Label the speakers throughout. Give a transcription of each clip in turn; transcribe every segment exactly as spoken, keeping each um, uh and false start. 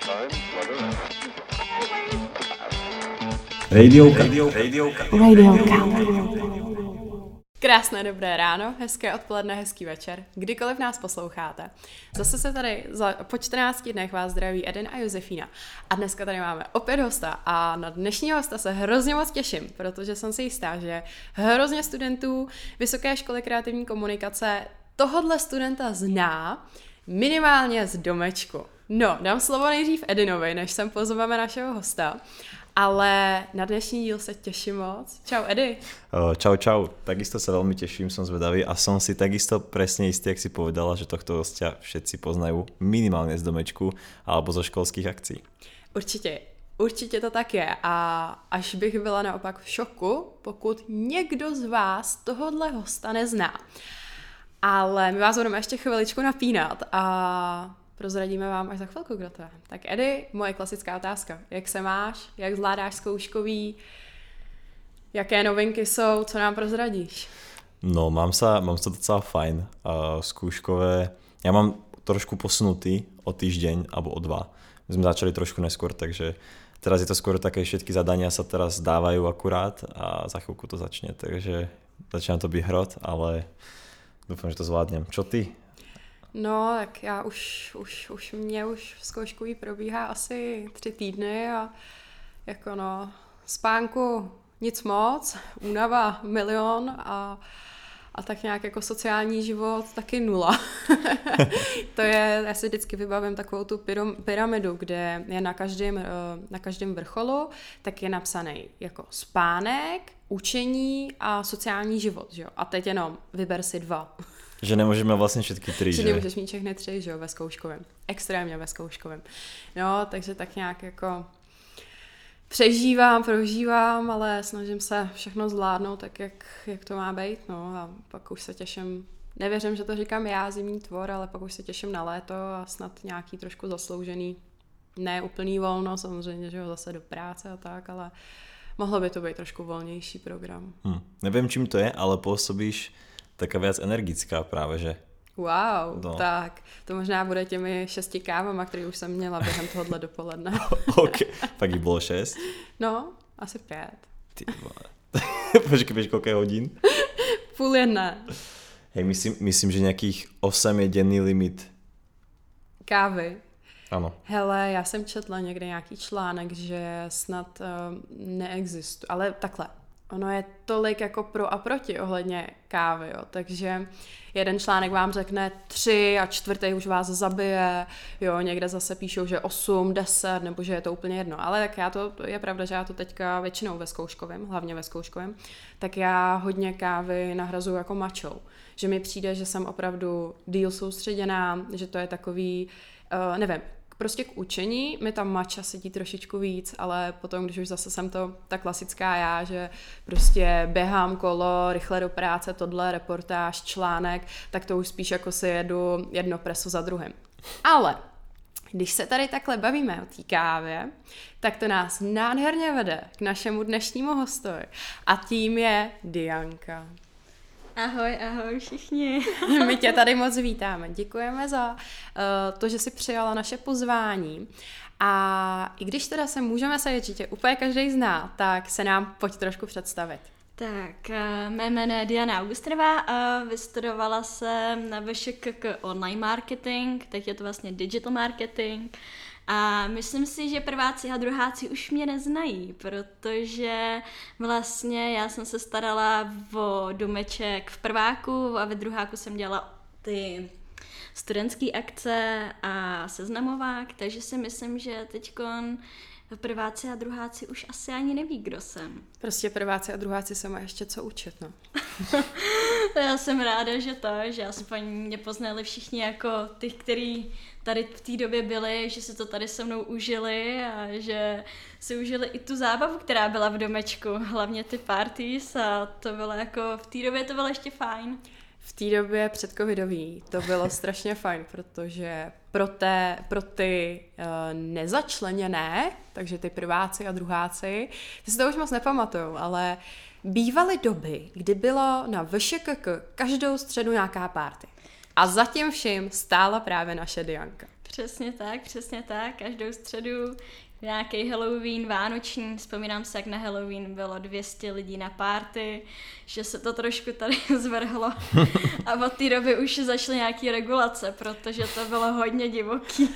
Speaker 1: Radiouka. Radiouka.
Speaker 2: Radiouka. Krásné dobré ráno, hezké odpoledne, hezký večer, kdykoliv nás posloucháte. Zase se tady za, po čtrnácti dnech vás zdraví Eden a Josefína. A dneska tady máme opět hosta a na dnešního hosta se hrozně moc těším, protože jsem si jistá, že hrozně studentů Vysoké školy kreativní komunikace tohodle studenta zná minimálně z domečku. No, dám slovo nejdřív Edinovi, než sem pozveme našeho hosta. Ale na dnešní díl se těším moc. Čau, Edy.
Speaker 3: Čau, čau. Takisto sa veľmi teším, som zvedavý a som si takisto presne istý, jak si povedala, že tohto hostia všetci poznajú minimálne z domečku alebo zo školských akcí.
Speaker 2: Určitě, určitě to tak je a až bych byla naopak v šoku, pokud někdo z vás tohodle hosta nezná. Ale my vás budeme ještě chviličku napínat a prozradíme vám až za chvilku, kdo to je. Tak Edy, moje klasická otázka. Jak se máš? Jak zvládáš zkouškový? Jaké novinky jsou? Co nám prozradíš?
Speaker 3: No, mám sa, mám sa docela fajn. Uh, skúškové, ja mám trošku posunutý o týždeň alebo o dva. My sme začali trošku neskôr, takže teraz je to skôr také, všetky zadania sa teraz dávajú akurát a za chvíľku to začne, takže začína to byť hrot, ale dúfam, že to zvládnem. Čo ty?
Speaker 2: No, tak já už, už, už mě už zkouškový probíhá asi tři týdny a jako no, spánku nic moc, únava milion a, a tak nějak jako sociální život taky nula. To je, já si vždycky vybavím takovou tu pyramidu, kde je na každém, na každém vrcholu, tak je napsaný jako spánek, učení a sociální život, že jo? A teď jenom vyber si dva.
Speaker 3: Že nemůžeme vlastně všetky tři, že?
Speaker 2: Že nemůžeš mít všechny tři, že jo, ve zkouškovém. Extrémně ve zkouškovém. No, takže tak nějak jako přežívám, prožívám, ale snažím se všechno zvládnout tak, jak, jak to má být, no a pak už se těším, nevěřím, že to říkám já, zimní tvor, ale pak už se těším na léto a snad nějaký trošku zasloužený, ne úplný volno, samozřejmě, že jo, zase do práce a tak, ale mohlo by to být trošku volnější program.
Speaker 3: Hm, nevím, čím to je, ale působíš taká viac energická práve, že?
Speaker 2: Wow,
Speaker 3: no.
Speaker 2: Tak to možná bude těmi šesti kávama, které už jsem měla během tohohle dopoledne.
Speaker 3: OK, pak jich bylo šest?
Speaker 2: No, asi pět.
Speaker 3: Ty vole. Počkej, vieš, koľko je hodín?
Speaker 2: Půl jedné.
Speaker 3: Hej, myslím, myslím, že nějakých osm je denný limit.
Speaker 2: Kávy.
Speaker 3: Ano.
Speaker 2: Hele, já jsem četla někde nějaký článek, že snad uh, neexistuje, ale takhle. Ono je tolik jako pro a proti ohledně kávy, jo. Takže jeden článek vám řekne tři a čtvrtý už vás zabije, jo, někde zase píšou, že osm, deset, nebo že je to úplně jedno. Ale tak já to, je pravda, že já to teďka většinou ve zkouškovém, hlavně ve zkouškovém, tak já hodně kávy nahrazuju jako mačou. Že mi přijde, že jsem opravdu díl soustředěná, že to je takový, uh, nevím, prostě k učení mi tam mača sedí trošičku víc, ale potom, když už zase jsem to ta klasická já, že prostě běhám kolo, rychle do práce, tohle, reportáž, článek, tak to už spíš jako si jedu jedno preso za druhým. Ale když se tady takhle bavíme o té kávě, tak to nás nádherně vede k našemu dnešnímu hostovi. A tím je Dianka.
Speaker 4: Ahoj, ahoj všichni.
Speaker 2: My tě tady moc vítáme. Děkujeme za uh, to, že jsi přijala naše pozvání. A i když teda se můžeme se určitě úplně každý zná, tak se nám pojď trošku představit.
Speaker 4: Tak, uh, mé jméno je Diana Augustinová a vystudovala jsem na V Š K K online marketing, teď je to vlastně digital marketing. A myslím si, že prváci a druháci už mě neznají, protože vlastně já jsem se starala o domeček v prváku a ve druháku jsem dělala ty studentské akce a seznamovák, takže si myslím, že teďkon prváci a druháci už asi ani neví, kdo jsem.
Speaker 2: Prostě prváci a druháci se má ještě co učit, no.
Speaker 4: Já jsem ráda, že to, že aspoň mě poznali všichni jako ty, kteří tady v té době byli, že si to tady se mnou užili a že si užili i tu zábavu, která byla v domečku, hlavně ty parties a to bylo jako, v té době to bylo ještě fajn.
Speaker 2: V té době předcovidový to bylo strašně fajn, protože pro, té, pro ty uh, nezačleněné, takže ty prváci a druháci, ty si to už moc nepamatujou, ale bývaly doby, kdy bylo na V Š K K každou středu nějaká party. A za tím vším stála právě naše Dianka.
Speaker 4: Přesně tak, přesně tak. Každou středu nějaký Halloween, vánoční. Vzpomínám se, jak na Halloween bylo dvě stě lidí na party, že se to trošku tady zvrhlo. A od té doby už začaly nějaké regulace, protože to bylo hodně divoký.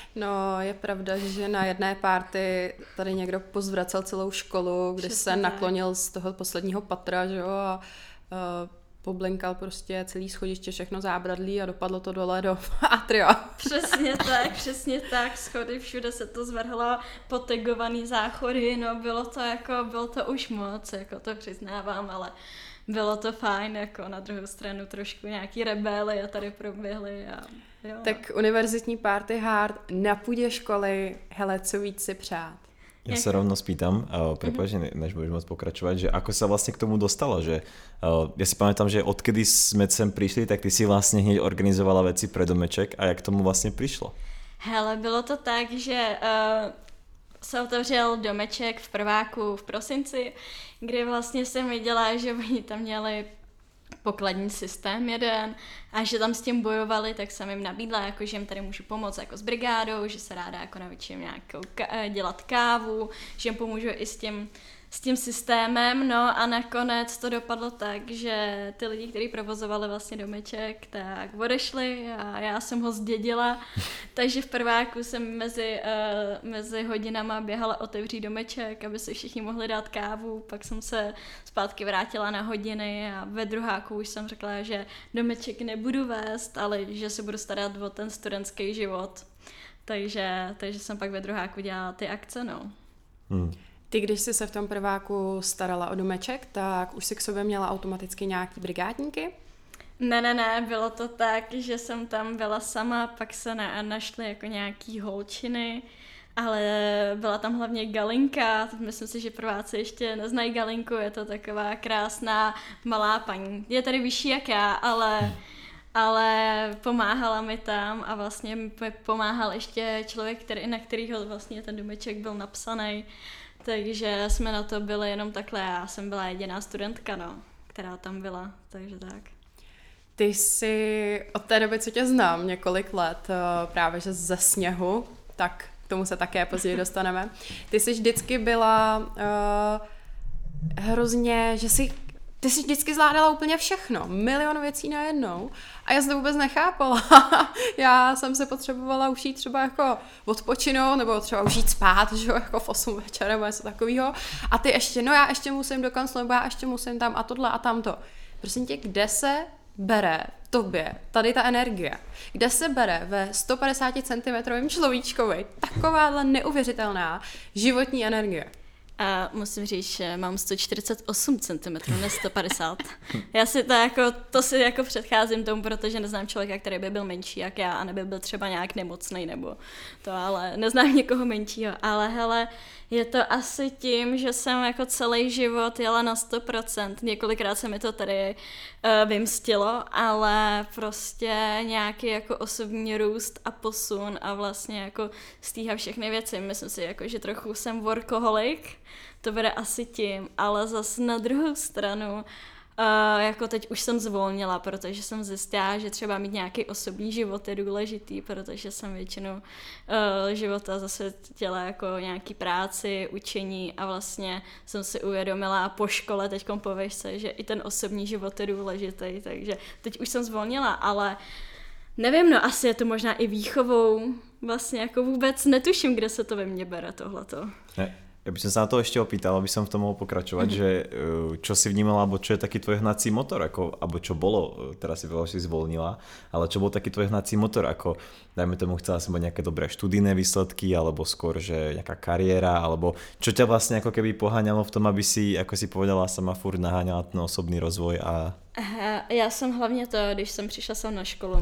Speaker 2: No, je pravda, že na jedné party tady někdo pozvracel celou školu, kdy
Speaker 4: Přesně
Speaker 2: se
Speaker 4: tak.
Speaker 2: naklonil z toho posledního patra, že jo, a uh, poblinkal prostě celý schodiště, všechno zábradlí a dopadlo to dole do atria.
Speaker 4: Přesně tak, přesně tak, schody, všude se to zvrhlo, potegovaný záchody, no bylo to jako, bylo to už moc, jako to přiznávám, ale bylo to fajn, jako na druhou stranu trošku nějaký rebely a tady proběhly a jo.
Speaker 2: Tak univerzitní party hard na půdě školy, hele, co víc si přát.
Speaker 3: Ja sa rovno spýtam, uh, prepáč, mm-hmm. než budeš môcť pokračovať, že ako sa vlastne k tomu dostala, že uh, ja si pamätám, že odkedy sme sem prišli, tak ty si vlastne hneď organizovala veci pre domeček a jak k tomu vlastne prišlo?
Speaker 4: Hele, bylo to tak, že uh, se otevřel domeček v prváku v prosinci, kdy vlastně jsem viděla, že oni tam měli pokladní systém jeden a že tam s tím bojovali, tak jsem jim nabídla, jako, že jim tady můžu pomoct jako s brigádou, že se ráda jako naučím nějakou ka- dělat kávu, že jim pomůžu i s tím, s tím systémem, no a nakonec to dopadlo tak, že ty lidi, kteří provozovali vlastně domeček, tak odešli a já jsem ho zdědila, takže v prváku jsem mezi, uh, mezi hodinama běhala otevřít domeček, aby se všichni mohli dát kávu, pak jsem se zpátky vrátila na hodiny a ve druháku už jsem řekla, že domeček nebudu vést, ale že se budu starat o ten studentský život, takže, takže jsem pak ve druháku dělala ty akce, no.
Speaker 3: Hmm.
Speaker 2: Ty, když jsi se v tom prváku starala o domeček, tak už si k sobě měla automaticky nějaký brigádníky?
Speaker 4: Ne, ne, ne, bylo to tak, že jsem tam byla sama, pak se na, našly jako nějaký holčiny, ale byla tam hlavně Galinka, myslím si, že prváci ještě neznají Galinku, je to taková krásná malá paní. Je tady vyšší jak já, ale, ale pomáhala mi tam a vlastně mi pomáhal ještě člověk, který, na kterýho vlastně ten domeček byl napsaný. Takže jsme na to byli jenom takhle, já jsem byla jediná studentka, no, která tam byla, takže tak.
Speaker 2: Ty jsi od té doby, co tě znám, několik let, právě že ze sněhu, tak k tomu se také později dostaneme. Ty jsi vždycky byla uh, hrozně, že jsi Ty jsi vždycky zvládala úplně všechno, milion věcí najednou a já jsem to vůbec nechápala. Já jsem se potřebovala už jít třeba jako odpočinout nebo třeba už jít spát, že jo, jako v osm večer nebo něco takového. A ty ještě, no já ještě musím do kanclu, nebo já ještě musím tam a tohle a tamto. Prosím tě, kde se bere tobě tady ta energie? Kde se bere ve sto padesát centimetrovém človíčkovi takováhle neuvěřitelná životní energie?
Speaker 4: A musím říct, že mám sto čtyřicet osm centimetrů, ne sto padesát. Já si to jako, to si jako předcházím tomu, protože neznám člověka, který by byl menší jak já a nebyl byl třeba nějak nemocnej nebo to, ale neznám někoho menšího. Ale hele, je to asi tím, že jsem jako celý život jela na sto procent. Několikrát se mi to tady uh, vymstilo, ale prostě nějaký jako osobní růst a posun a vlastně jako stíhá všechny věci. Myslím si, jako, že trochu jsem workoholik, to bude asi tím, ale zase na druhou stranu Uh, jako teď už jsem zvolnila, protože jsem zjistila, že třeba mít nějaký osobní život je důležitý, protože jsem většinu uh, života zase dělala jako nějaký práci, učení a vlastně jsem si uvědomila po škole teďkom po výšce, že i ten osobní život je důležitý, takže teď už jsem zvolnila, ale nevím, no asi je to možná i výchovou, vlastně jako vůbec netuším, kde se to ve mně bere tohleto.
Speaker 3: Ne. Ja by som sa na to ešte opýtal, aby som v tom mohol pokračovať, mm-hmm. že čo si vnímala, alebo čo je taký tvoj hnací motor, ako, alebo čo bolo, teraz si povedala, že si zvolnila, ale čo bol taký tvoj hnací motor, ako dajme tomu, chcela som mať nejaké dobré študijné výsledky, alebo skôr, že nejaká kariéra, alebo čo ťa vlastne ako keby poháňalo v tom, aby si, ako si povedala, sama furt naháňala ten osobný rozvoj a...
Speaker 4: Aha, já jsem hlavně to, když jsem přišla sem na školu.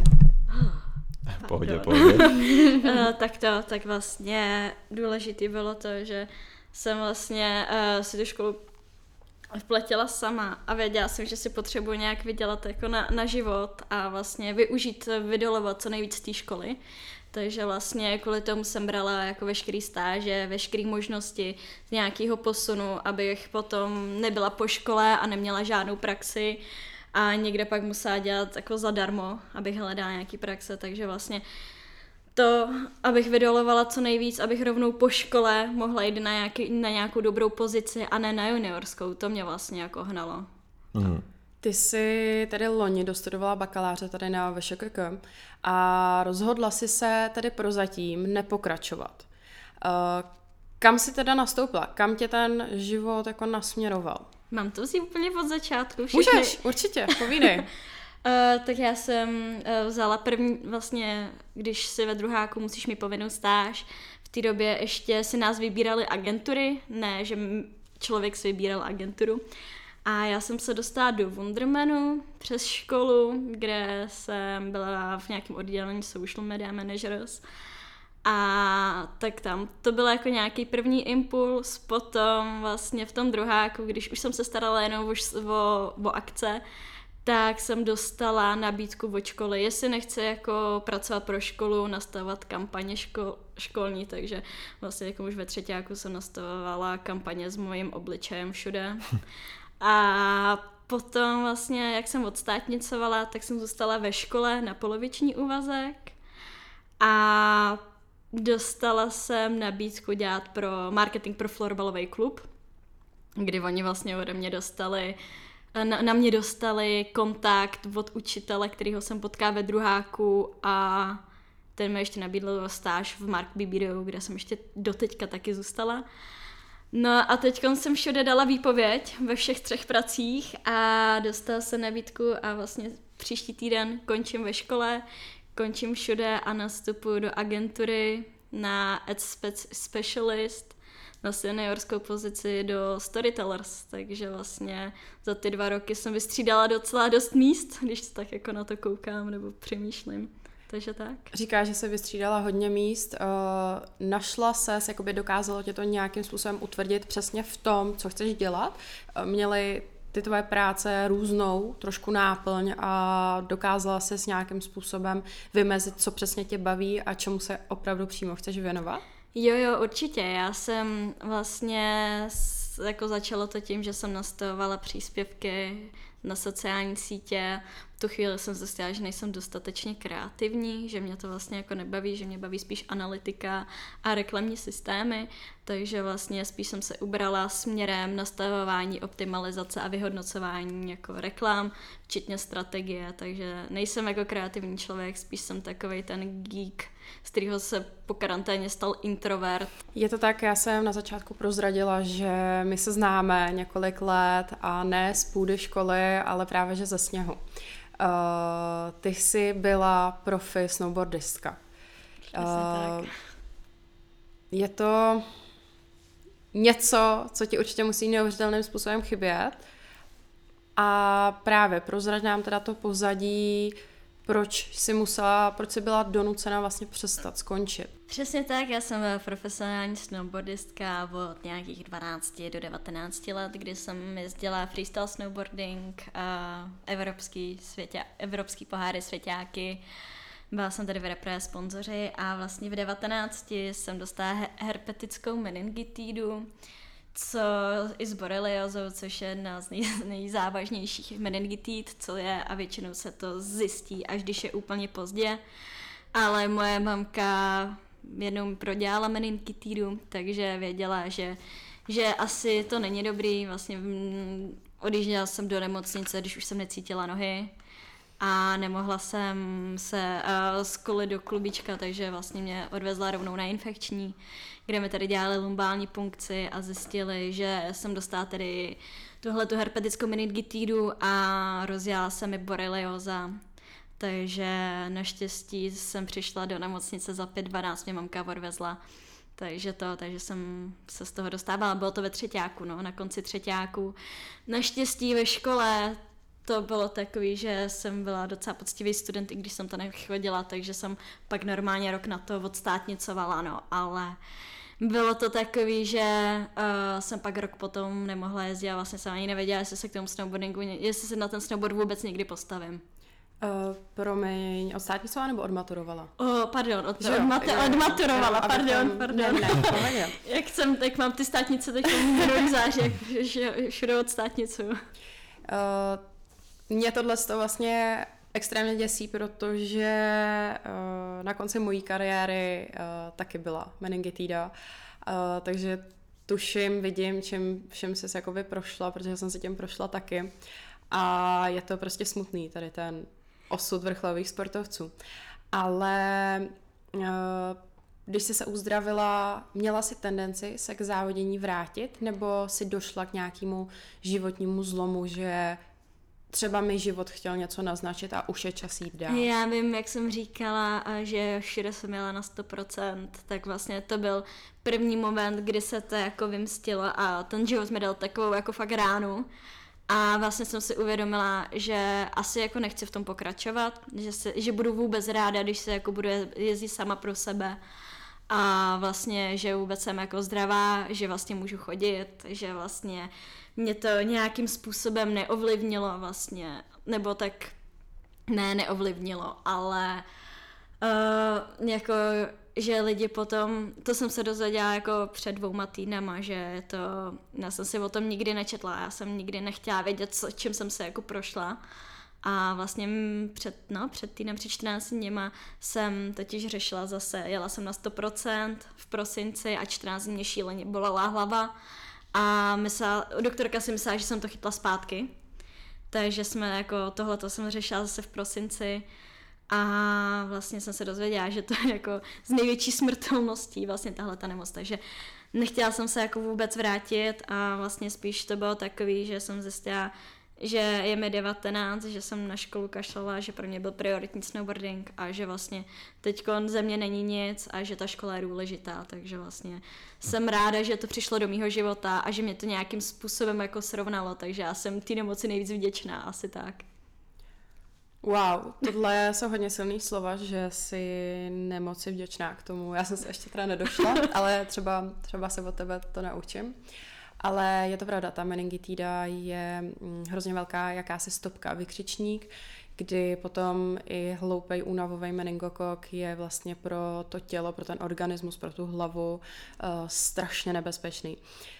Speaker 3: Pohodě, pohodě.
Speaker 4: uh, tak to, tak vlastně důležitý bylo to, že jsem vlastně uh, si tu školu vpletěla sama a věděla jsem, že si potřebuji nějak vydělat jako na, na život a vlastně využít, vydolovat co nejvíc z té školy. Takže vlastně kvůli tomu jsem brala jako veškerý stáže, veškerý možnosti z nějakého posunu, abych potom nebyla po škole a neměla žádnou praxi a někde pak musela dělat jako zadarmo, abych hledala nějaký praxe, takže vlastně to, abych vydolovala co nejvíc, abych rovnou po škole mohla jít na, nějaký, na nějakou dobrou pozici a ne na juniorskou. To mě vlastně jako hnalo.
Speaker 3: Mm.
Speaker 2: Ty jsi tedy loni dostudovala bakaláře tady na V Š K K a rozhodla si se tedy prozatím nepokračovat. Uh, kam jsi teda nastoupila? Kam tě ten život jako nasměroval?
Speaker 4: Mám to vzít úplně od začátku. Všechny...
Speaker 2: Můžeš, určitě, povídej.
Speaker 4: Uh, tak já jsem uh, vzala první, vlastně, když si ve druháku musíš mít povinnou stáž, v té době ještě si nás vybírali agentury, ne, že člověk si vybíral agenturu. A já jsem se dostala do Wundermanu přes školu, kde jsem byla v nějakém oddělení Social Media Managers. A tak tam to byl jako nějaký první impuls, potom vlastně v tom druháku, když už jsem se starala jenom o, o, o akce, tak jsem dostala nabídku od školy, jestli nechci jako pracovat pro školu, nastavovat kampaně škol, školní, takže vlastně jako už ve třetíku jsem nastavovala kampaně s mojím obličejem všude. A potom vlastně, jak jsem odstátnicovala, tak jsem zůstala ve škole na poloviční úvazek a dostala jsem nabídku dělat pro marketing pro florbalový klub, kdy oni vlastně ode mě dostali Na, na mě dostali kontakt od učitele, kterýho jsem potkala ve druháku a ten mi ještě nabídl stáž v Mark Bibirou, kde jsem ještě doteďka taky zůstala. No a teď jsem všude dala výpověď ve všech třech pracích a dostala se nabídku a vlastně příští týden končím ve škole, končím všude a nastupuji do agentury na Ad Specialist, na seniorskou pozici do Storytellers, takže vlastně za ty dva roky jsem vystřídala docela dost míst, když tak jako na to koukám nebo přemýšlím. Takže tak.
Speaker 2: Říkáš, že se vystřídala hodně míst. Uh, našla ses, jakoby dokázalo tě to nějakým způsobem utvrdit přesně v tom, co chceš dělat? Uh, měly ty tvoje práce různou, trošku náplň a dokázala ses nějakým způsobem vymezit, co přesně tě baví a čemu se opravdu přímo chceš věnovat?
Speaker 4: Jo, jo, určitě. Já jsem vlastně jako začala to tím, že jsem nastavovala příspěvky na sociální sítě. V tu chvíli jsem zjistila, že nejsem dostatečně kreativní, že mě to vlastně jako nebaví, že mě baví spíš analytika a reklamní systémy, takže vlastně spíš jsem se ubrala směrem nastavování, optimalizace a vyhodnocování jako reklam, včetně strategie, takže nejsem jako kreativní člověk, spíš jsem takovej ten geek, z kterého se po karanténě stal introvert.
Speaker 2: Je to tak, já jsem na začátku prozradila, že my se známe několik let a ne z půdy školy, ale právě že ze sněhu. Uh, ty jsi byla profi snowboardistka. Uh, je to něco, co ti určitě musí neuvěřitelným způsobem chybět. A právě prozrať nám teda to pozadí, proč jsi musela, proč jsi byla donucena vlastně přestat, skončit.
Speaker 4: Přesně tak, já jsem profesionální snowboardistka od nějakých dvanácti do devatenácti let, kdy jsem jezdila freestyle snowboarding, uh, evropský, světě, evropský poháry, svěťáky, byla jsem tady v repre sponzoři a vlastně v devatenácti jsem dostala herpetickou meningitídu, co i s boreliózou, což je jedna z nej, nejzávažnějších meningitid, co je a většinou se to zjistí, až když je úplně pozdě. Ale moje mamka jednou prodělala meningitidu, takže věděla, že, že asi to není dobrý. Vlastně odjížděla jsem do nemocnice, když už jsem necítila nohy a nemohla jsem se uh, skolit do klubička, takže vlastně mě odvezla rovnou na infekční, kde mi tady dělali lumbální punkci a zjistili, že jsem dostala tedy tuhletu herpetickou meningitidu a rozjela se mi borelióza. Takže naštěstí jsem přišla do nemocnice za pět dvanáct, mě mamka odvezla. Takže to, takže jsem se z toho dostávala. Bylo to ve třetíku, no, na konci třetíku. Naštěstí ve škole to bylo takový, že jsem byla docela poctivý student, i když jsem to nechodila, takže jsem pak normálně rok na to odstátnicovala, no, ale bylo to takový, že uh, jsem pak rok potom nemohla jezdit a vlastně jsem ani nevěděla, jestli se k tomu snowboardingu, jestli se na ten snowboard vůbec někdy postavím.
Speaker 2: Uh, promiň, odstátnicovala nebo odmaturovala?
Speaker 4: Oh, pardon, od, odmatu, odmaturovala, jo, pardon, tam, pardon.
Speaker 2: Ne, ne,
Speaker 4: Jak jsem, tak mám ty státnice teď minulý zážek, že všude odstátnicuju. Uh,
Speaker 2: Mně tohle to vlastně extrémně děsí, protože uh, na konci mojí kariéry uh, taky byla meningitída, uh, takže tuším, vidím, čím všem jsi jakoby prošla, protože jsem si tím prošla taky. A je to prostě smutný, tady ten osud vrcholových sportovců. Ale uh, když jsi se uzdravila, měla jsi tendenci se k závodění vrátit, nebo si došla k nějakému životnímu zlomu, že třeba mi život chtěl něco naznačit a už je čas jít dál?
Speaker 4: Já vím, jak jsem říkala, že všude jsem měla na sto procent, tak vlastně to byl první moment, kdy se to jako vymstilo a ten život mi dal takovou jako fakt ránu. A vlastně jsem si uvědomila, že asi jako nechci v tom pokračovat, že, se, že budu vůbec ráda, když se jako budu jezdit sama pro sebe. A vlastně, že vůbec jsem jako zdravá, že vlastně můžu chodit, že vlastně mě to nějakým způsobem neovlivnilo vlastně, nebo tak ne, neovlivnilo, ale uh, jako, že lidi potom, to jsem se dozvěděla jako před dvouma týdnama, že to, já jsem si o tom nikdy nečetla, já jsem nikdy nechtěla vědět, co, čím jsem se jako prošla. A vlastně před, no, před týdnem, před čtrnácti dněma jsem totiž řešila zase, jela jsem na sto procent v prosinci a čtrnáct dní mě šíleně bolela hlava a myslela, doktorka si myslela, že jsem to chytla zpátky, takže jsme jako tohleto jsem řešila zase v prosinci a vlastně jsem se dozvěděla, že to je jako z největší smrtelností vlastně tahle ta nemoc, takže nechtěla jsem se jako vůbec vrátit a vlastně spíš to bylo takový, že jsem zjistila, že je mi devatenáct, že jsem na školu kašlala, že pro mě byl prioritní snowboarding a že vlastně teďko ze mě není nic a že ta škola je důležitá, takže vlastně jsem ráda, že to přišlo do mýho života a že mě to nějakým způsobem jako srovnalo, takže já jsem té nemoci nejvíc vděčná, asi tak.
Speaker 2: Wow, tohle jsou hodně silný slova, že si nemoci vděčná k tomu. Já jsem se ještě teda nedošla, ale třeba, třeba se od tebe to naučím. Ale je to pravda, ta meningitída je hrozně velká jakási stopka, vykřičník, kdy potom i hloupej únavový meningokok je vlastně pro to tělo, pro ten organismus, pro tu hlavu uh, strašně nebezpečný.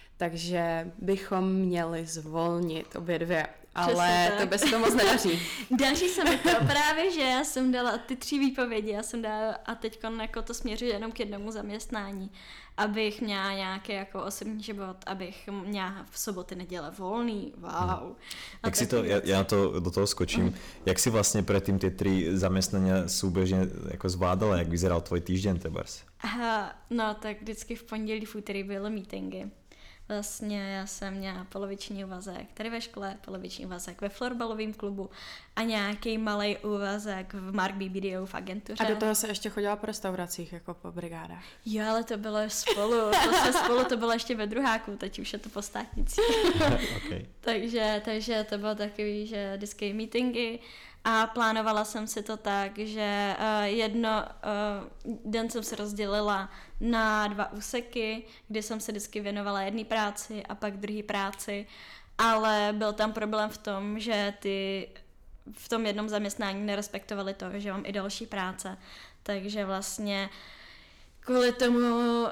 Speaker 2: Takže bychom měli zvolnit obě dvě, ale to bez toho moc nedaří.
Speaker 4: Daří se mi to právě, že já jsem dala ty tři výpovědi, já jsem dala a teď jako to směřuje jenom k jednomu zaměstnání, abych měla nějaký jako osobní život, abych měla v soboty, neděle volný, wow.
Speaker 3: Jak si to, já, já to do toho skočím, jak si vlastně predtým ty tři zaměstnania súbežně jako zvládala, jak vyzeral tvoj týždeň tebars?
Speaker 4: Aha, no tak vždycky v pondělí, v úterý byly meetingy. Vlastně já jsem měla poloviční úvazek tady ve škole, poloviční úvazek ve florbalovém klubu a nějaký malej úvazek v Mark B B D O v agentuře.
Speaker 2: A do toho se ještě chodila po restauracích, jako po brigádách.
Speaker 4: Jo, ale to bylo spolu, to se spolu, to bylo ještě ve druháku, teď už je to po státnici.
Speaker 3: Okay.
Speaker 4: takže, takže to bylo takový, že vždycky meetingy a plánovala jsem si to tak, že uh, jedno uh, den jsem se rozdělila na dva úseky, kdy jsem se vždycky věnovala jedné práci a pak druhé práci, ale byl tam problém v tom, že ty v tom jednom zaměstnání nerespektovali to, že mám i další práce, takže vlastně kvůli tomu, uh,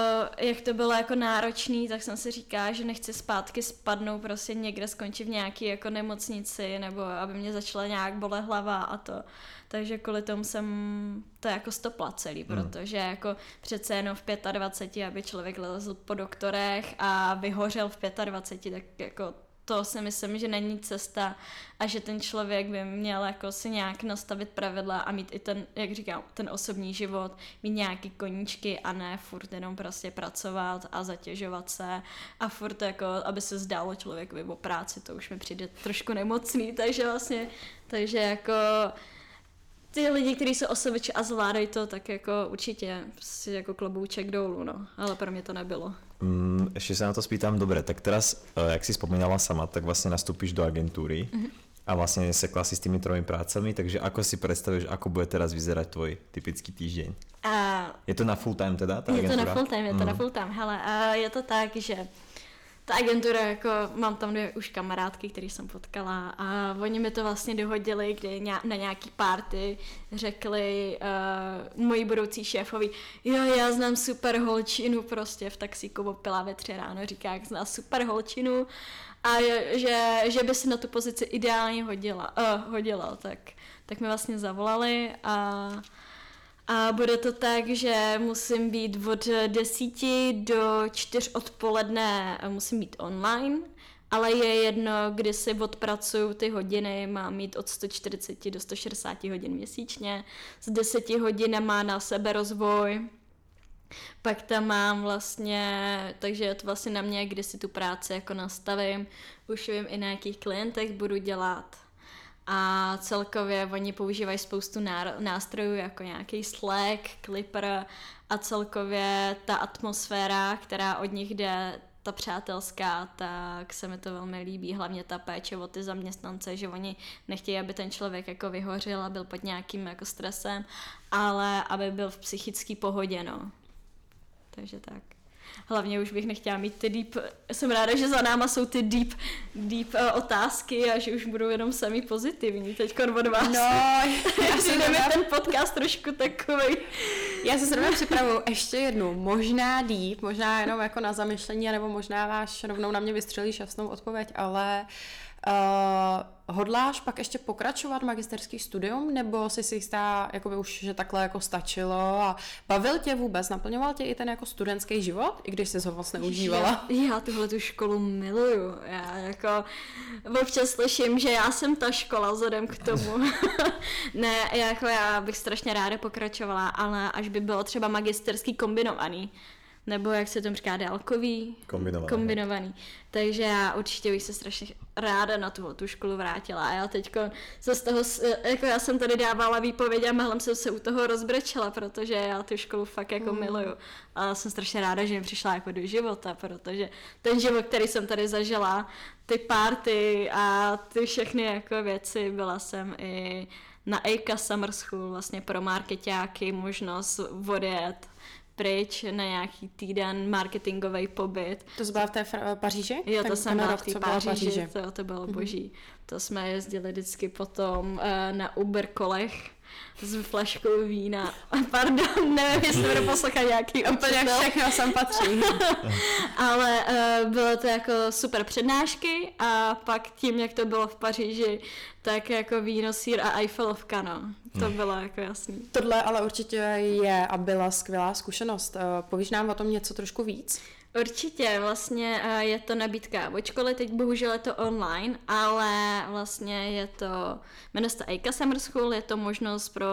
Speaker 4: jak to bylo jako náročný, tak jsem si říkala, že nechci zpátky spadnout, prostě někde skončit v nějaký jako nemocnici, nebo aby mě začala nějak bolet hlava a to. Takže kvůli tomu jsem to jako stopla celý, hmm. protože jako přece jenom v dvaceti pěti, aby člověk lezl po doktorech a vyhořel v dvaceti pěti, tak jako to si myslím, že není cesta a že ten člověk by měl jako si nějak nastavit pravidla a mít i ten, jak říkám, ten osobní život, mít nějaký koníčky a ne furt jenom prostě pracovat a zatěžovat se a furt jako, aby se zdálo člověkovi o práci, to už mi přijde trošku nemocný, takže vlastně, takže jako ty lidi, kteří jsou osobiči a zvládají to, tak jako určitě si jako klobouček dolů, no. Ale pro mě to nebylo.
Speaker 3: Mm, ešte sa na to spýtam, dobre, tak teraz, jak si spomínala sama, tak vlastne nastúpiš do agentúry mm-hmm. a vlastne sekla si s tými tromi prácami, takže ako si predstavíš, ako bude teraz vyzerať tvoj typický týždeň? A... Je to na full time teda, tá
Speaker 4: je
Speaker 3: agentúra?
Speaker 4: Je to na full time, je to mm. na full time, hele, a je to tak, že ta agentura, jako mám tam dvě už kamarádky, které jsem potkala a oni mi to vlastně dohodili, kdy na nějaký party řekli uh, moji budoucí šéfovi, jo, já znám super holčinu, prostě v taxíku opila ve tři ráno, říká, jak zná super holčinu a je, že, že by se na tu pozici ideálně hodila, uh, hodila, tak tak mi vlastně zavolali a A bude to tak, že musím být od desíti do čtyř odpoledne, musím být online, ale je jedno, kdy si odpracuju ty hodiny, mám mít od sto čtyřicet do sto šedesát hodin měsíčně, s deseti hodinama na seberozvoj, pak tam mám vlastně, takže je to vlastně na mě, kdy si tu práci jako nastavím, už vím i na jakých klientech budu dělat. A celkově oni používají spoustu nástrojů, jako nějaký Slack, Clipper a celkově ta atmosféra, která od nich jde, ta přátelská, tak se mi to velmi líbí, hlavně ta péče o ty zaměstnance, že oni nechtějí, aby ten člověk jako vyhořel a byl pod nějakým jako stresem, ale aby byl v psychické pohodě, no. Takže tak. Hlavně už bych nechtěla mít ty deep, jsem ráda, že za náma jsou ty deep, deep uh, otázky a že už budou jenom sami pozitivní teďkon od vás.
Speaker 2: No, já si
Speaker 4: jdeme ten podcast trošku takovej.
Speaker 2: Já se zrovna připravuju ještě jednu, možná deep, možná jenom jako na zamyšlení, nebo možná máš rovnou na mě vystřelíš jasnou odpověď, ale uh, hodláš pak ještě pokračovat magisterský studium, nebo jsi si jistá, jakoby už, že takhle jako stačilo a bavil tě vůbec, naplňoval tě i ten jako studentský život, i když jsi ho moc neužívala?
Speaker 4: Já, já tuhle tu školu miluju, já jako občas slyším, že já jsem ta škola vzhledem k tomu. Ne, jako já bych strašně ráda pokračovala, ale až by bylo třeba magisterský kombinovaný, nebo jak se tomu říká, dálkový?
Speaker 3: Kombinovaný.
Speaker 4: Kombinovaný. Takže já určitě bych se strašně ráda na tu, tu školu vrátila. A já teďko se z toho, jako já jsem tady dávala výpověď a málem jsem se u toho rozbrečela, protože já tu školu fakt jako mm. miluju. A jsem strašně ráda, že mi přišla jako do života, protože ten život, který jsem tady zažila, ty party a ty všechny jako věci, byla jsem i na Eika Summer School, vlastně pro markeťáky, možnost odjet pryč na nějaký týden marketingový pobyt.
Speaker 2: To jsi byla v té Fr- Paříži?
Speaker 4: Jo, to
Speaker 2: ten,
Speaker 4: jsem
Speaker 2: ten
Speaker 4: byla
Speaker 2: rok,
Speaker 4: v té
Speaker 2: co byla
Speaker 4: Paříži,
Speaker 2: Paříži.
Speaker 4: To, to bylo
Speaker 2: Mhm.
Speaker 4: boží. To jsme jezdili vždycky potom uh, na Uber kolech s flaškou vína. Pardon, nevím, jestli budu poslouchat nějaký
Speaker 2: Úplně
Speaker 4: učitel.
Speaker 2: všechno sem patří.
Speaker 4: Ale uh, bylo to jako super přednášky a pak tím, jak to bylo v Paříži, tak jako víno, sýr a Eiffelovka, no. To
Speaker 3: Hmm.
Speaker 4: bylo jako jasný.
Speaker 2: Tohle ale určitě je a byla skvělá zkušenost. Eh, Povíš nám o tom něco trošku víc?
Speaker 4: Určitě, vlastně uh, je to nabídka od školy, teď bohužel je to online, ale vlastně je to, jmenuje se to Eika Summer School, je to možnost pro,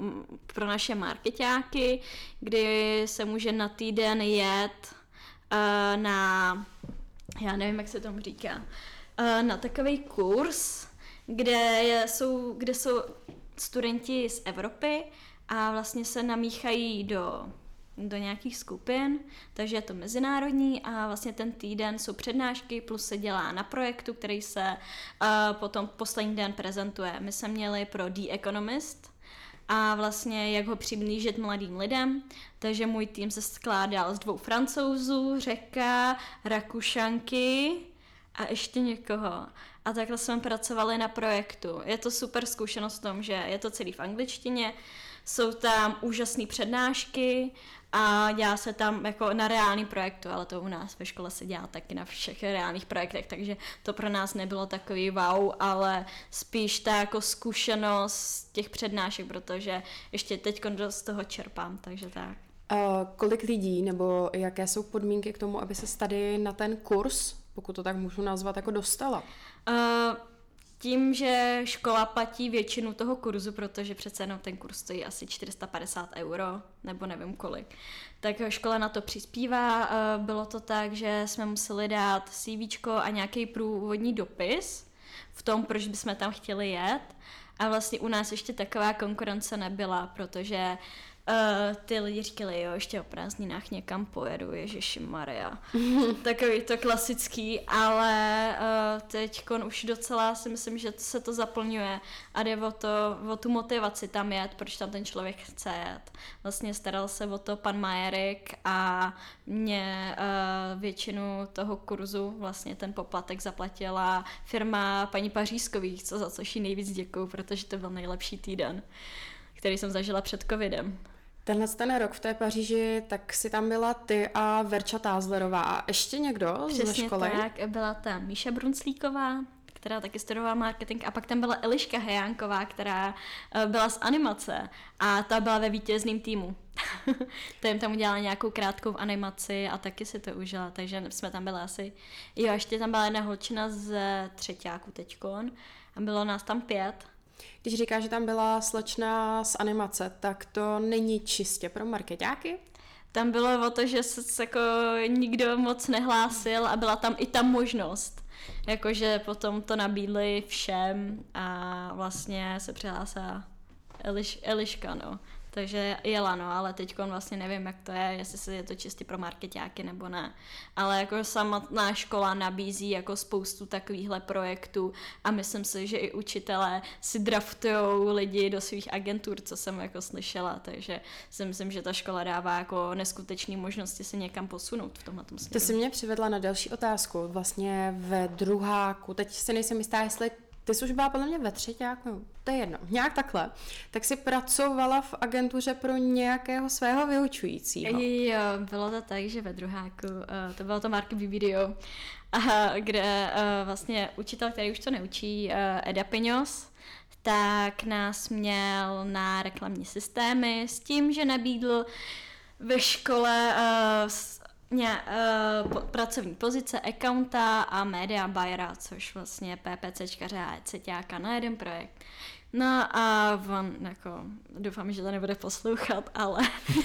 Speaker 4: pro naše markeťáky, kdy se může na týden jet uh, na, já nevím, jak se tomu říká, uh, na takový kurz, kde je, jsou, kde jsou studenti z Evropy a vlastně se namíchají do do nějakých skupin, takže je to mezinárodní a vlastně ten týden jsou přednášky plus se dělá na projektu, který se uh, potom poslední den prezentuje. My jsme měli pro The Economist a vlastně jak ho přiblížit mladým lidem, takže můj tým se skládal z dvou Francouzů, Řeka, Rakušanky a ještě někoho. A takhle jsme pracovali na projektu. Je to super zkušenost v tom, že je to celý v angličtině, jsou tam úžasné přednášky a dělá se tam jako na reálný projektu, ale to u nás ve škole se dělá taky na všech reálných projektech, takže to pro nás nebylo takový wow, ale spíš ta jako zkušenost těch přednášek, protože ještě teď z toho čerpám, takže tak.
Speaker 2: Uh, kolik lidí nebo jaké jsou podmínky k tomu, aby se tady na ten kurz, pokud to tak můžu nazvat, jako dostala?
Speaker 4: Uh, Tím, že škola platí většinu toho kurzu, protože přece jenom ten kurz stojí asi čtyři sta padesát euro, nebo nevím kolik, tak škola na to přispívá. Bylo to tak, že jsme museli dát CVčko a nějaký průvodní dopis v tom, proč bychom tam chtěli jet. A vlastně u nás ještě taková konkurence nebyla, protože Uh, ty lidi říkali, jo, ještě o prázdninách někam pojedu, ježišimaria. Takový to klasický, ale uh, teďkon už docela si myslím, že se to zaplňuje a jde o, to, o tu motivaci tam jet, proč tam ten člověk chce jet. Vlastně staral se o to pan Majerik a mě uh, většinu toho kurzu, vlastně ten poplatek zaplatila firma paní Pařízkových, co za což jí nejvíc děkuju, protože to byl nejlepší týden, který jsem zažila před covidem.
Speaker 2: Tenhle ten rok v té Paříži, tak si tam byla ty a Verča Tázlerová. A ještě někdo
Speaker 4: Přesně
Speaker 2: ze školy?
Speaker 4: tak, byla tam Míša Brunclíková, která taky studovala marketing, a pak tam byla Eliška Hejánková, která uh, byla z animace a ta byla ve vítězném týmu. To jim tam udělala nějakou krátkou animaci a taky si to užila, takže jsme tam byli asi, jo, ještě tam byla jedna holčina z třetíku teďkon a bylo nás tam pět.
Speaker 2: Když říkáš, že tam byla slečna z animace, tak to není čistě pro markeťáky?
Speaker 4: Tam bylo o to, že se jako nikdo moc nehlásil a byla tam i ta možnost. Jakože potom to nabídli všem a vlastně se přihlásila Eliš, Eliška, no. Takže jela, no, ale teď vlastně nevím, jak to je, jestli je to čistě pro markeťáky nebo ne. Ale jako samotná škola nabízí jako spoustu takovýchhle projektů a myslím si, že i učitelé si draftujou lidi do svých agentur, co jsem jako slyšela, takže si myslím, že ta škola dává jako neskutečné možnosti se někam posunout v tomhle směru.
Speaker 2: To si mě přivedla na další otázku. Vlastně ve druháku, teď si nejsem jistá, jestli ty jsi už byla podle mě ve třetíku, no, to je jedno, nějak takhle, tak si pracovala v agentuře pro nějakého svého vyučujícího.
Speaker 4: Jo, bylo to tak, že ve druháku, uh, to bylo to Market Video, uh, kde uh, vlastně učitel, který už to neučí, uh, Eda Peňos, tak nás měl na reklamní systémy s tím, že nabídl ve škole uh, Ně, uh, po, pracovní pozice accounta a media buyera, což vlastně PPCčkaře a ECťáka na jeden projekt. No a on, jako, doufám, že to nebude poslouchat, ale,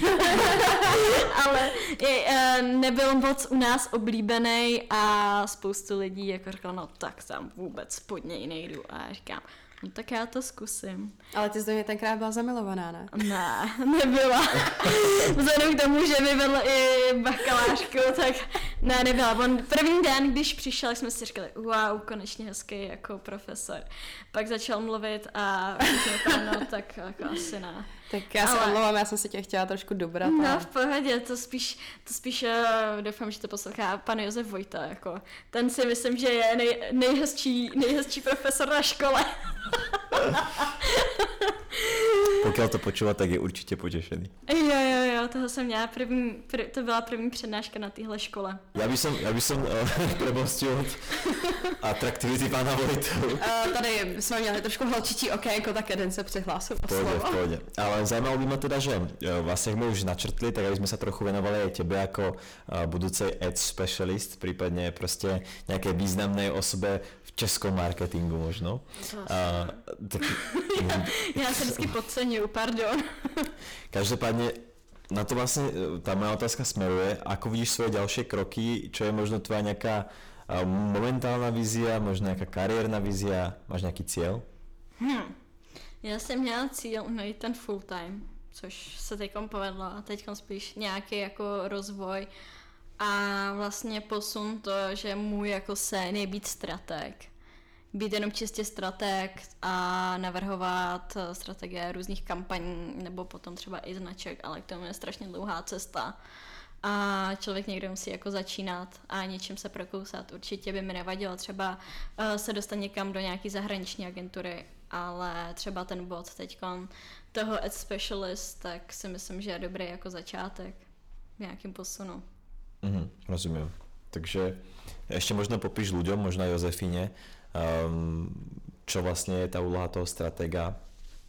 Speaker 4: ale je, uh, nebyl moc u nás oblíbený a spoustu lidí jako říkalo, no tak tam vůbec pod něj nejdu a já říkám, no tak já to zkusím.
Speaker 2: Ale ty jsi do mě tenkrát byla zamilovaná, ne?
Speaker 4: Ne, nebyla. Vzhledem k tomu, že mi vedl i bakalářku, tak ne, nebyla. On první den, když přišel, jsme si říkali, wow, konečně hezký jako profesor. Pak začal mluvit a říkal, no tak jako asi ne.
Speaker 2: Tak já se
Speaker 4: Ale...
Speaker 2: omlouvám, já jsem si tě chtěla trošku dobrat.
Speaker 4: No
Speaker 2: ale...
Speaker 4: v pohodě, to spíš, to spíš uh, doufám, že to poslouchá pan Josef Vojta, jako. Ten si myslím, že je nej, nejhezčí, nejhezčí profesor na škole.
Speaker 3: Pokiaľ to počúva, tak je určitě potěšený.
Speaker 4: Jo, jo, jo, toho jsem měla první, prv, to byla první přednáška na téhle škole.
Speaker 3: Já bych som, ja by som uh, premostil od atraktivity pána Vojtu.
Speaker 2: Uh, tady jsme měli trošku holčičí okénko, tak jeden se přihlásil o
Speaker 3: Pôjde,
Speaker 2: slovo.
Speaker 3: pôjde. Ale zajímalo by ma teda, že vlastne sme už načrtli, tak aby sme sa trochu venovali aj tebe ako budúcej ad specialist, prípadne proste nejakej významnej osobe v českom marketingu možno. Uh, tak...
Speaker 4: já, já se vždycky podceňuju, pardon.
Speaker 3: Každopádne na to vlastne tá moja otázka smeruje, ako vidíš svoje ďalšie kroky, čo je možno tvoja nejaká momentálna vízia, možno nejaká kariérna vízia, máš nejaký cieľ?
Speaker 4: Hmm. Já jsem měla cíl najít ten full time, což se teďkom povedlo a teďkom spíš nějaký jako rozvoj a vlastně posun to, že můj jako sen je být strateg. Být jenom čistě strateg a navrhovat strategie různých kampaní nebo potom třeba i značek, ale k tomu je strašně dlouhá cesta. A člověk někde musí jako začínat a něčím se prokousat. Určitě by mi nevadilo třeba uh, se dostat někam do nějaký zahraniční agentury, ale třeba ten bod teďkon toho ad specialist, tak si myslím, že je dobrý jako začátek v nějakým posunu.
Speaker 3: Mhm, rozumiem. Takže ešte možno popíš ľuďom, možno aj Jozefine, um, čo vlastne je tá úloha toho stratéga.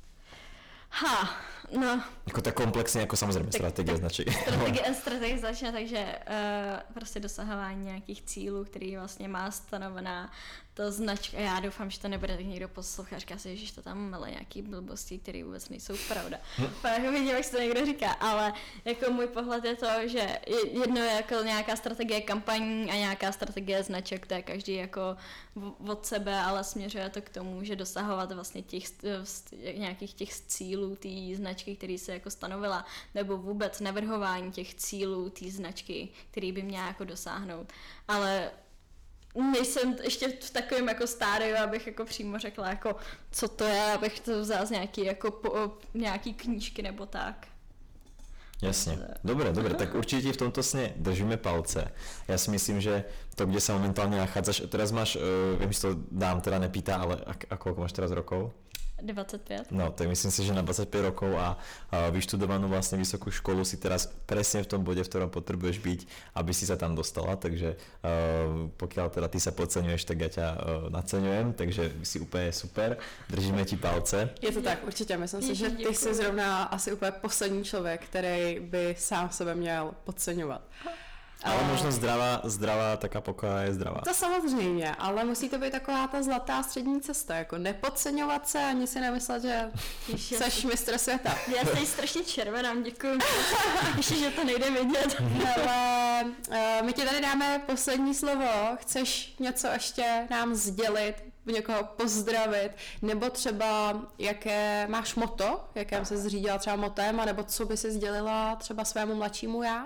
Speaker 4: Ha, no.
Speaker 3: Jako tak komplexně, jako samozřejmě strategie značek.
Speaker 4: Strategie, strategie začne, takže uh, prostě dosahování nějakých cílů, který vlastně má stanovená to značka. Já doufám, že to nebude tak někdo poslouchat, říká si, že to tam mele nějaký blbosti, které vůbec nejsou pravda. Pak vidím, jak se to někdo říká, ale jako můj pohled je to, že jedno je jako nějaká strategie kampaní a nějaká strategie značek, to je každý jako od sebe, ale směřuje to k tomu, že dosahovat vlastně těch nějakých těch cílů té značky, který se jako stanovila, nebo vůbec navrhování těch cílů té značky, který by měla jako dosáhnout. Ale nejsem ještě v takovém jako stádiu, abych jako přímo řekla, jako, co to je, abych to vzala z nějaký, jako, po, nějaký knížky nebo tak.
Speaker 3: Jasne. Dobre, dobre, tak určite v tomto sne držíme palce. Ja si myslím, že to, kde sa momentálne nachádzaš, teraz máš, uh, viem, si to dám, teda nepýta, ale ak, ako máš teraz rokov?
Speaker 4: dvacet pět.
Speaker 3: No, tak myslím si, že na dvadsaťpäť rokov a, a vyštudovanú vlastne vysokú školu si teraz presne v tom bode, v ktorom potrebuješ byť, aby si sa tam dostala, takže uh, pokiaľ teda ty sa podceňuješ, tak ja ťa uh, naceňujem, takže si úplne super, držíme ti palce.
Speaker 2: Je to tak, určitě, myslím si, že ty jsi zrovna asi úplně poslední člověk, který by sám sebe měl podceňovat.
Speaker 3: Ale možno zdravá, zdravá, taká pokoja je zdravá.
Speaker 2: To samozřejmě, ale musí to být taková ta zlatá střední cesta, jako nepodceňovat se ani si nemyslet, že jsi mistr světa.
Speaker 4: Já jsem strašně červená, děkuju. Ještě, že to nejde vidět.
Speaker 2: Ale uh, my ti tady dáme poslední slovo. Chceš něco ještě nám sdělit, někoho pozdravit, nebo třeba jaké máš moto, jakém se zřídila třeba motem, anebo co by si sdělila třeba svému mladšímu já?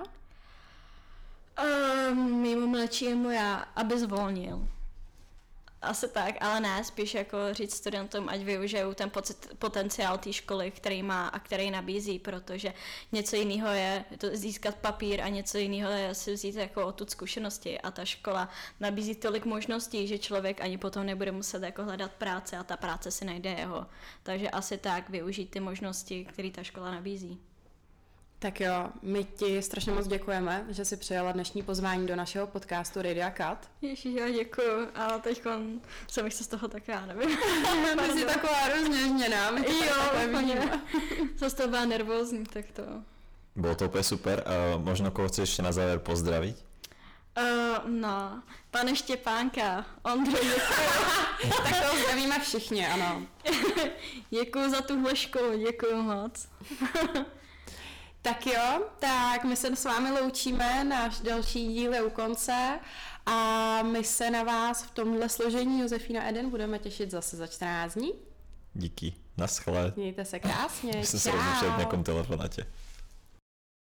Speaker 4: Uh, mýmu mladšímu já, aby zvolnil. Asi tak, ale ne, spíš jako říct studentům, ať využijou ten pocit, potenciál té školy, který má a který nabízí, protože něco jiného je to získat papír a něco jiného je si vzít jako tu zkušenosti a ta škola nabízí tolik možností, že člověk ani potom nebude muset jako hledat práci a ta práce si najde jeho. Takže asi tak využít ty možnosti, které ta škola nabízí.
Speaker 2: Tak jo, my ti strašně moc děkujeme, že jsi přijala dnešní pozvání do našeho podcastu Radio Cut.
Speaker 4: Ježiš, jo, děkuju, ale teď jsem se z toho tak, já nevím.
Speaker 2: Ty jsi taková rozněžněná, my to
Speaker 4: jo,
Speaker 2: takhle vidíme.
Speaker 4: Jsem z toho byla nervózní, tak to...
Speaker 3: Bolo to úplně super, uh, možno koho chceš ještě na závěr pozdraviť?
Speaker 4: Uh, no, pane Štěpánka, Ondro, děkuju.
Speaker 2: Tak to zdravíme všichni, ano.
Speaker 4: Děkuju za tuhle školu, děkuju moc.
Speaker 2: Tak jo, tak my se s vámi loučíme, náš další díl je u konce a my se na vás v tomhle složení Josefína Eden budeme těšit zase za čtrnáct dní.
Speaker 3: Díky, naschle.
Speaker 2: Mějte se krásně,
Speaker 3: Myslím
Speaker 2: čau.
Speaker 3: se rozlišet v nějakom telefonáte.